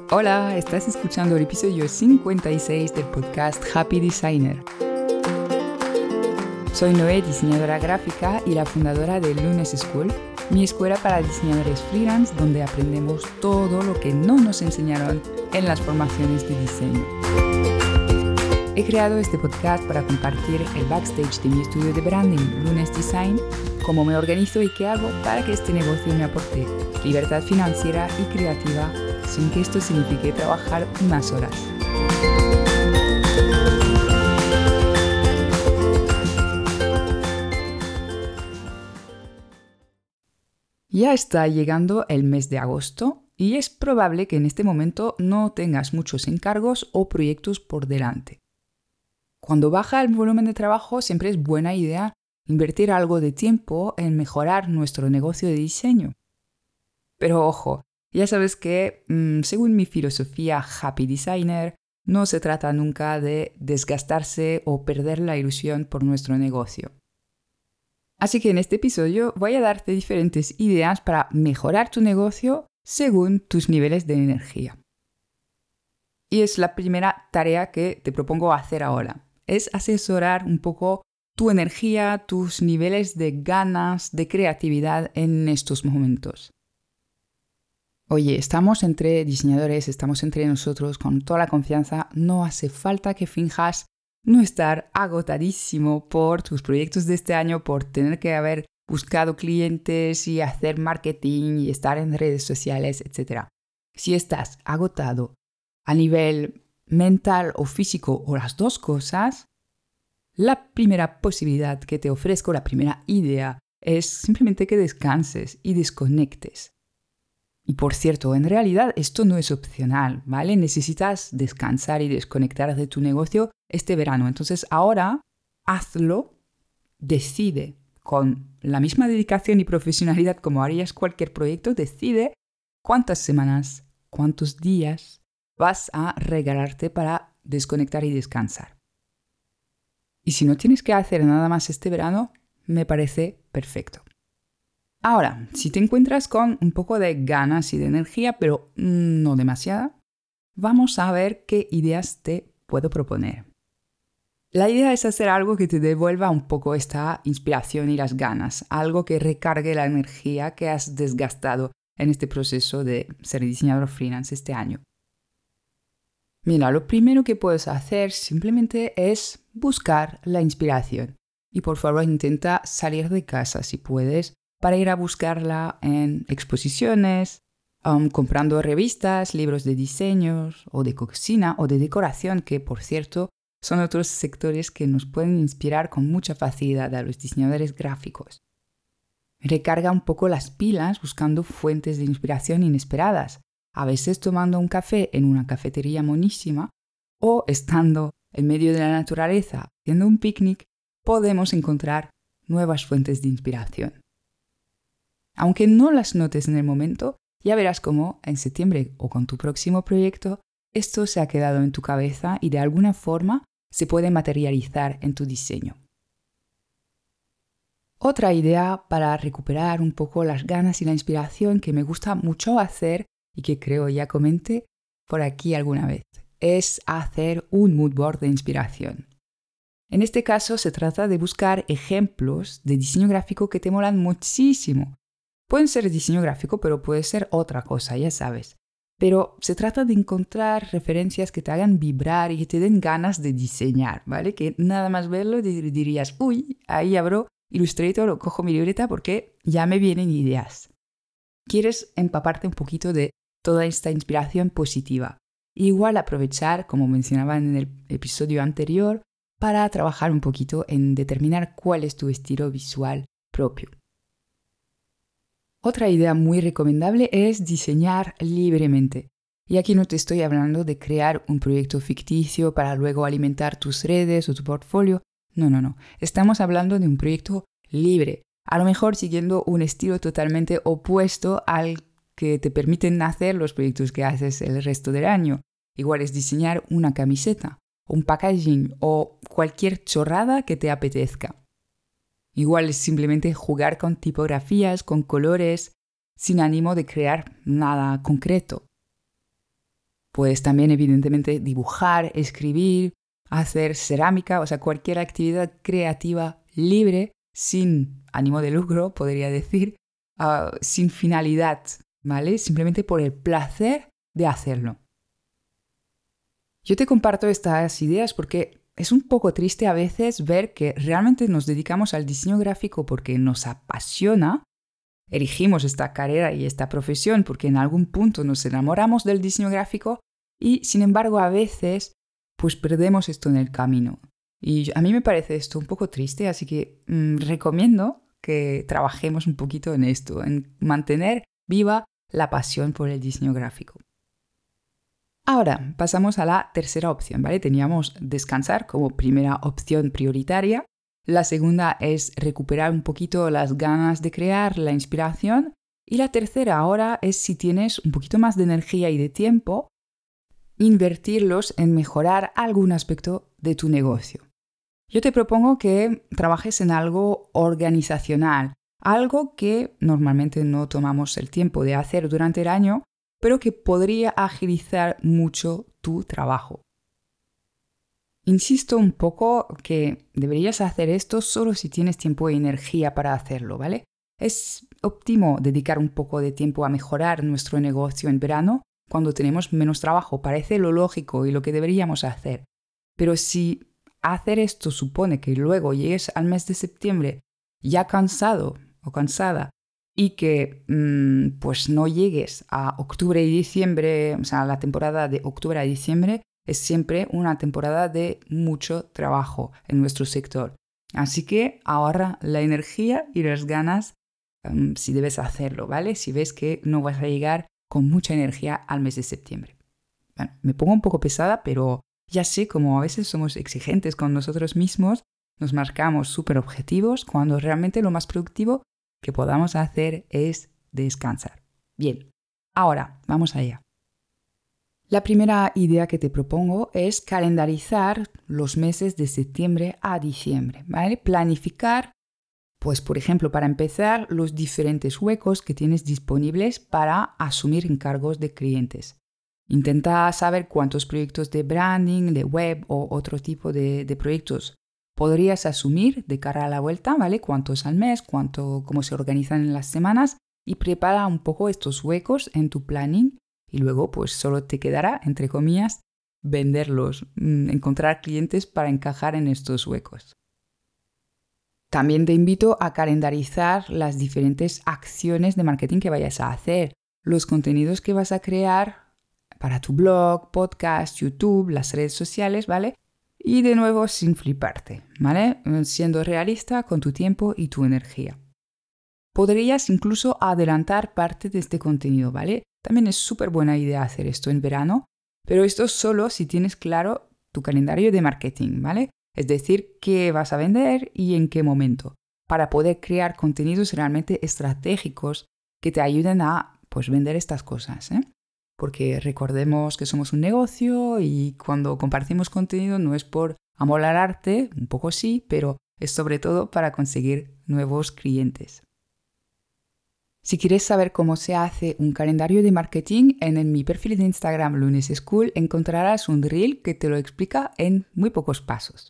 Hola, estás escuchando el episodio 56 del podcast Happy Designer. Soy Noé, diseñadora gráfica y la fundadora de Lunes School, mi escuela para diseñadores freelance donde aprendemos todo lo que no nos enseñaron en las formaciones de diseño. He creado este podcast para compartir el backstage de mi estudio de branding, Lunes Design, cómo me organizo y qué hago para que este negocio me aporte libertad financiera y creativa sin que esto signifique trabajar más horas. Ya está llegando el mes de agosto y es probable que en este momento no tengas muchos encargos o proyectos por delante. Cuando baja el volumen de trabajo, siempre es buena idea invertir algo de tiempo en mejorar nuestro negocio de diseño. Pero ojo, ya sabes que, según mi filosofía Happy Designer, no se trata nunca de desgastarse o perder la ilusión por nuestro negocio. Así que en este episodio voy a darte diferentes ideas para mejorar tu negocio según tus niveles de energía. Y es la primera tarea que te propongo hacer ahora. Es asesorar un poco tu energía, tus niveles de ganas, de creatividad en estos momentos. Oye, estamos entre diseñadores, estamos entre nosotros con toda la confianza. No hace falta que finjas no estar agotadísimo por tus proyectos de este año, por tener que haber buscado clientes y hacer marketing y estar en redes sociales, etc. Si estás agotado a nivel mental o físico o las dos cosas, la primera posibilidad que te ofrezco, la primera idea, es simplemente que descanses y desconectes. Y por cierto, en realidad esto no es opcional, ¿vale? Necesitas descansar y desconectar de tu negocio este verano. Entonces ahora hazlo, decide con la misma dedicación y profesionalidad como harías cualquier proyecto, decide cuántas semanas, cuántos días vas a regalarte para desconectar y descansar. Y si no tienes que hacer nada más este verano, me parece perfecto. Ahora, si te encuentras con un poco de ganas y de energía, pero no demasiada, vamos a ver qué ideas te puedo proponer. La idea es hacer algo que te devuelva un poco esta inspiración y las ganas, algo que recargue la energía que has desgastado en este proceso de ser diseñador freelance este año. Mira, lo primero que puedes hacer simplemente es buscar la inspiración. Y por favor intenta salir de casa si puedes, para ir a buscarla en exposiciones, comprando revistas, libros de diseños o de cocina o de decoración, que por cierto son otros sectores que nos pueden inspirar con mucha facilidad a los diseñadores gráficos. Recarga un poco las pilas buscando fuentes de inspiración inesperadas, a veces tomando un café en una cafetería monísima o estando en medio de la naturaleza haciendo un picnic, podemos encontrar nuevas fuentes de inspiración. Aunque no las notes en el momento, ya verás cómo en septiembre o con tu próximo proyecto esto se ha quedado en tu cabeza y de alguna forma se puede materializar en tu diseño. Otra idea para recuperar un poco las ganas y la inspiración que me gusta mucho hacer y que creo ya comenté por aquí alguna vez, es hacer un mood board de inspiración. En este caso se trata de buscar ejemplos de diseño gráfico que te molan muchísimo. Pueden ser diseño gráfico, pero puede ser otra cosa, ya sabes. Pero se trata de encontrar referencias que te hagan vibrar y que te den ganas de diseñar, ¿vale? Que nada más verlo dirías, uy, ahí abro Illustrator o cojo mi libreta porque ya me vienen ideas. Quieres empaparte un poquito de toda esta inspiración positiva. Igual aprovechar, como mencionaba en el episodio anterior, para trabajar un poquito en determinar cuál es tu estilo visual propio. Otra idea muy recomendable es diseñar libremente. Y aquí no te estoy hablando de crear un proyecto ficticio para luego alimentar tus redes o tu portfolio. No. Estamos hablando de un proyecto libre, a lo mejor siguiendo un estilo totalmente opuesto al que te permiten hacer los proyectos que haces el resto del año. Igual es diseñar una camiseta, un packaging o cualquier chorrada que te apetezca. Igual es simplemente jugar con tipografías, con colores, sin ánimo de crear nada concreto. Puedes también, evidentemente, dibujar, escribir, hacer cerámica, o sea, cualquier actividad creativa libre, sin ánimo de lucro, podría decir, sin finalidad, ¿vale? Simplemente por el placer de hacerlo. Yo te comparto estas ideas porque es un poco triste a veces ver que realmente nos dedicamos al diseño gráfico porque nos apasiona, elegimos esta carrera y esta profesión porque en algún punto nos enamoramos del diseño gráfico y sin embargo a veces pues perdemos esto en el camino. Y a mí me parece esto un poco triste, así que recomiendo que trabajemos un poquito en esto, en mantener viva la pasión por el diseño gráfico. Ahora, pasamos a la tercera opción, ¿vale? Teníamos descansar como primera opción prioritaria. La segunda es recuperar un poquito las ganas de crear, la inspiración. Y la tercera ahora es si tienes un poquito más de energía y de tiempo, invertirlos en mejorar algún aspecto de tu negocio. Yo te propongo que trabajes en algo organizacional, algo que normalmente no tomamos el tiempo de hacer durante el año, pero que podría agilizar mucho tu trabajo. Insisto un poco que deberías hacer esto solo si tienes tiempo y energía para hacerlo, ¿vale? Es óptimo dedicar un poco de tiempo a mejorar nuestro negocio en verano cuando tenemos menos trabajo. Parece lo lógico y lo que deberíamos hacer. Pero si hacer esto supone que luego llegues al mes de septiembre ya cansado o cansada y que pues no llegues a octubre y diciembre, o sea, la temporada de octubre a diciembre es siempre una temporada de mucho trabajo en nuestro sector. Así que ahorra la energía y las ganas si debes hacerlo, ¿vale? Si ves que no vas a llegar con mucha energía al mes de septiembre. Bueno, me pongo un poco pesada, pero ya sé como a veces somos exigentes con nosotros mismos, nos marcamos súper objetivos cuando realmente lo más productivo que podamos hacer es descansar. Bien, ahora vamos allá. La primera idea que te propongo es calendarizar los meses de septiembre a diciembre, ¿vale? Planificar, pues por ejemplo, para empezar, los diferentes huecos que tienes disponibles para asumir encargos de clientes. Intenta saber cuántos proyectos de branding, de web o otro tipo de proyectos podrías asumir de cara a la vuelta, ¿vale? Cuántos al mes, cómo se organizan en las semanas y prepara un poco estos huecos en tu planning y luego pues solo te quedará, entre comillas, venderlos, encontrar clientes para encajar en estos huecos. También te invito a calendarizar las diferentes acciones de marketing que vayas a hacer, los contenidos que vas a crear para tu blog, podcast, YouTube, las redes sociales, ¿vale? Y de nuevo sin fliparte, ¿vale? Siendo realista con tu tiempo y tu energía. Podrías incluso adelantar parte de este contenido, ¿vale? También es súper buena idea hacer esto en verano, pero esto solo si tienes claro tu calendario de marketing, ¿vale? Es decir, qué vas a vender y en qué momento, para poder crear contenidos realmente estratégicos que te ayuden a pues, vender estas cosas, ¿eh? Porque recordemos que somos un negocio y cuando compartimos contenido no es por amolarte, un poco sí, pero es sobre todo para conseguir nuevos clientes. Si quieres saber cómo se hace un calendario de marketing, en mi perfil de Instagram Lunes School encontrarás un reel que te lo explica en muy pocos pasos.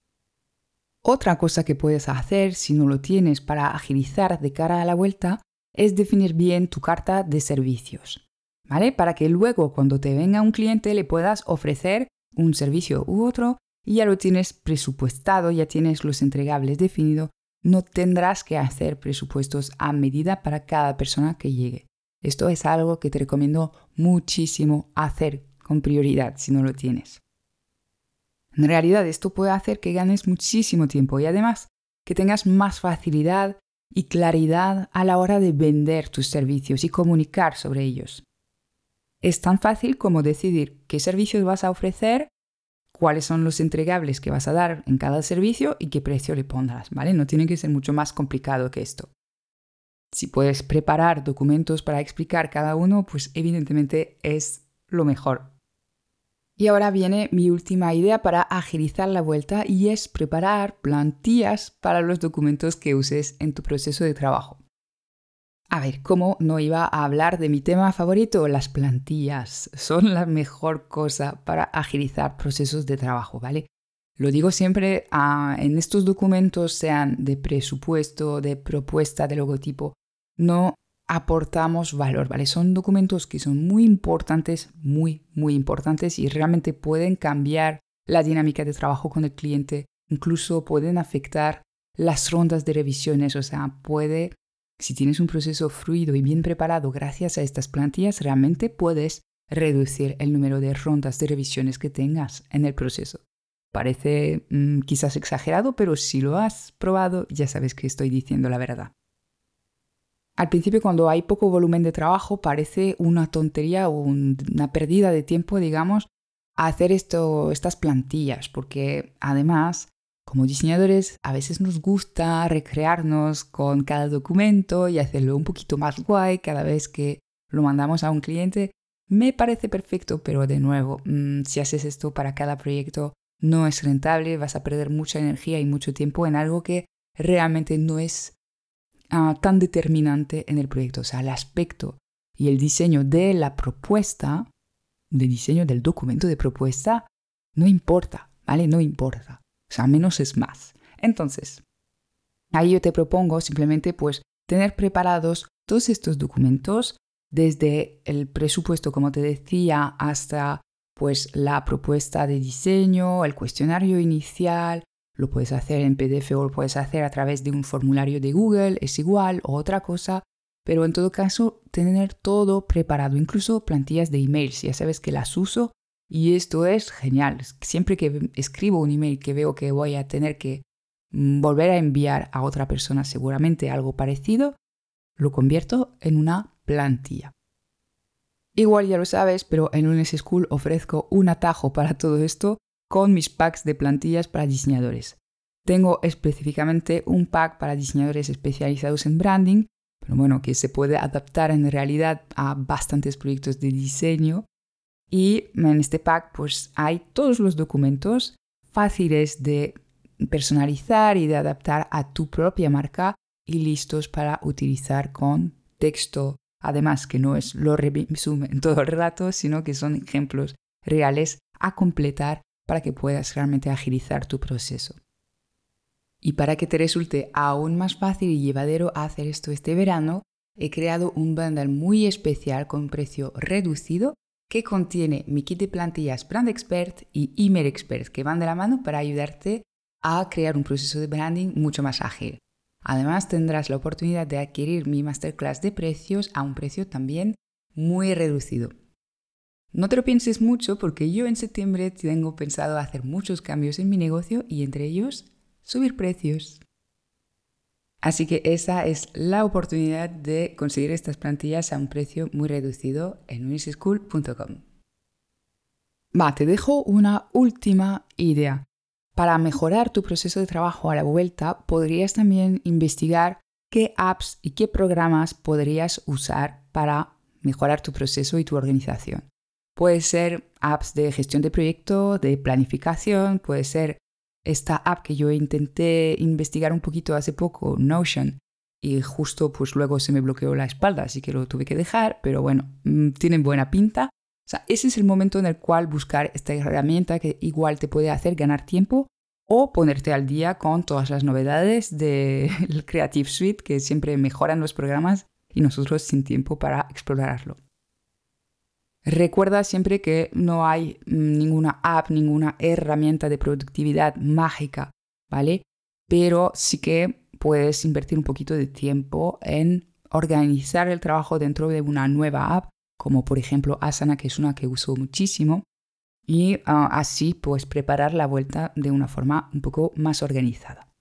Otra cosa que puedes hacer si no lo tienes para agilizar de cara a la vuelta es definir bien tu carta de servicios, ¿vale? Para que luego cuando te venga un cliente le puedas ofrecer un servicio u otro y ya lo tienes presupuestado, ya tienes los entregables definidos, no tendrás que hacer presupuestos a medida para cada persona que llegue. Esto es algo que te recomiendo muchísimo hacer con prioridad si no lo tienes. En realidad esto puede hacer que ganes muchísimo tiempo y además que tengas más facilidad y claridad a la hora de vender tus servicios y comunicar sobre ellos. Es tan fácil como decidir qué servicios vas a ofrecer, cuáles son los entregables que vas a dar en cada servicio y qué precio le pondrás, ¿vale? No tiene que ser mucho más complicado que esto. Si puedes preparar documentos para explicar cada uno, pues evidentemente es lo mejor. Y ahora viene mi última idea para agilizar la vuelta y es preparar plantillas para los documentos que uses en tu proceso de trabajo. A ver, ¿cómo no iba a hablar de mi tema favorito? Las plantillas son la mejor cosa para agilizar procesos de trabajo, ¿vale? Lo digo siempre, en estos documentos, sean de presupuesto, de propuesta, de logotipo, no aportamos valor, ¿vale? Son documentos que son muy importantes, muy, muy importantes y realmente pueden cambiar la dinámica de trabajo con el cliente, incluso pueden afectar las rondas de revisiones, o sea, si tienes un proceso fluido y bien preparado gracias a estas plantillas, realmente puedes reducir el número de rondas de revisiones que tengas en el proceso. Parece quizás exagerado, pero si lo has probado ya sabes que estoy diciendo la verdad. Al principio, cuando hay poco volumen de trabajo, parece una tontería o una pérdida de tiempo, digamos, hacer estas plantillas, porque además, como diseñadores, a veces nos gusta recrearnos con cada documento y hacerlo un poquito más guay cada vez que lo mandamos a un cliente. Me parece perfecto, pero de nuevo, si haces esto para cada proyecto, no es rentable, vas a perder mucha energía y mucho tiempo en algo que realmente no es tan determinante en el proyecto. O sea, el aspecto y el diseño de la propuesta, de diseño del documento de propuesta, no importa, ¿vale? No importa. O sea, menos es más. Entonces, ahí yo te propongo simplemente pues tener preparados todos estos documentos desde el presupuesto, como te decía, hasta pues la propuesta de diseño, el cuestionario inicial. Lo puedes hacer en PDF o lo puedes hacer a través de un formulario de Google, es igual, o otra cosa. Pero en todo caso, tener todo preparado, incluso plantillas de emails. Ya sabes que las uso y esto es genial. Siempre que escribo un email que veo que voy a tener que volver a enviar a otra persona seguramente algo parecido, lo convierto en una plantilla. Igual ya lo sabes, pero en Lunes School ofrezco un atajo para todo esto con mis packs de plantillas para diseñadores. Tengo específicamente un pack para diseñadores especializados en branding, pero bueno, que se puede adaptar en realidad a bastantes proyectos de diseño. Y en este pack pues hay todos los documentos fáciles de personalizar y de adaptar a tu propia marca y listos para utilizar con texto. Además que no es lo resumen todo el rato, sino que son ejemplos reales a completar para que puedas realmente agilizar tu proceso. Y para que te resulte aún más fácil y llevadero hacer esto este verano, he creado un bundle muy especial con precio reducido que contiene mi kit de plantillas Brand Expert y Email Expert, que van de la mano para ayudarte a crear un proceso de branding mucho más ágil. Además, tendrás la oportunidad de adquirir mi masterclass de precios a un precio también muy reducido. No te lo pienses mucho porque yo en septiembre tengo pensado hacer muchos cambios en mi negocio y entre ellos subir precios. Así que esa es la oportunidad de conseguir estas plantillas a un precio muy reducido en unisschool.com. Te dejo una última idea. Para mejorar tu proceso de trabajo a la vuelta, podrías también investigar qué apps y qué programas podrías usar para mejorar tu proceso y tu organización. Puede ser apps de gestión de proyecto, de planificación, puede ser esta app que yo intenté investigar un poquito hace poco, Notion, y justo pues luego se me bloqueó la espalda, así que lo tuve que dejar, pero bueno, tienen buena pinta. O sea, ese es el momento en el cual buscar esta herramienta que igual te puede hacer ganar tiempo o ponerte al día con todas las novedades del Creative Suite que siempre mejoran los programas y nosotros sin tiempo para explorarlo. Recuerda siempre que no hay ninguna app, ninguna herramienta de productividad mágica, ¿vale? Pero sí que puedes invertir un poquito de tiempo en organizar el trabajo dentro de una nueva app, como por ejemplo Asana, que es una que uso muchísimo, y así pues preparar la vuelta de una forma un poco más organizada.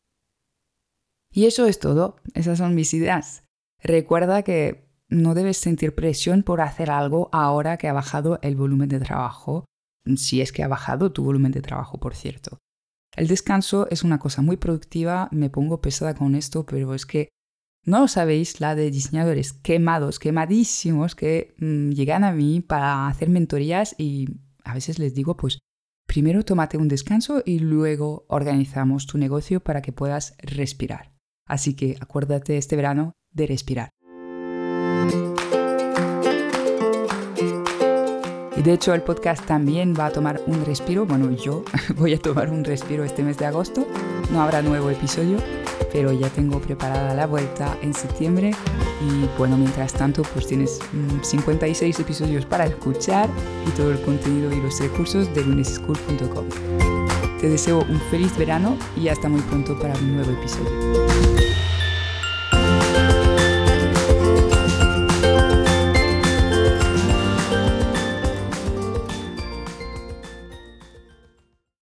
Y eso es todo, esas son mis ideas. Recuerda que no debes sentir presión por hacer algo ahora que ha bajado el volumen de trabajo, si es que ha bajado tu volumen de trabajo, por cierto. El descanso es una cosa muy productiva, me pongo pesada con esto, pero es que no lo sabéis la de diseñadores quemados, quemadísimos, que llegan a mí para hacer mentorías y a veces les digo, pues primero tómate un descanso y luego organizamos tu negocio para que puedas respirar. Así que acuérdate este verano de respirar. De hecho, el podcast también va a tomar un respiro. Bueno, yo voy a tomar un respiro este mes de agosto. No habrá nuevo episodio, pero ya tengo preparada la vuelta en septiembre. Y bueno, mientras tanto, pues tienes 56 episodios para escuchar y todo el contenido y los recursos de lunesschool.com. Te deseo un feliz verano y hasta muy pronto para un nuevo episodio.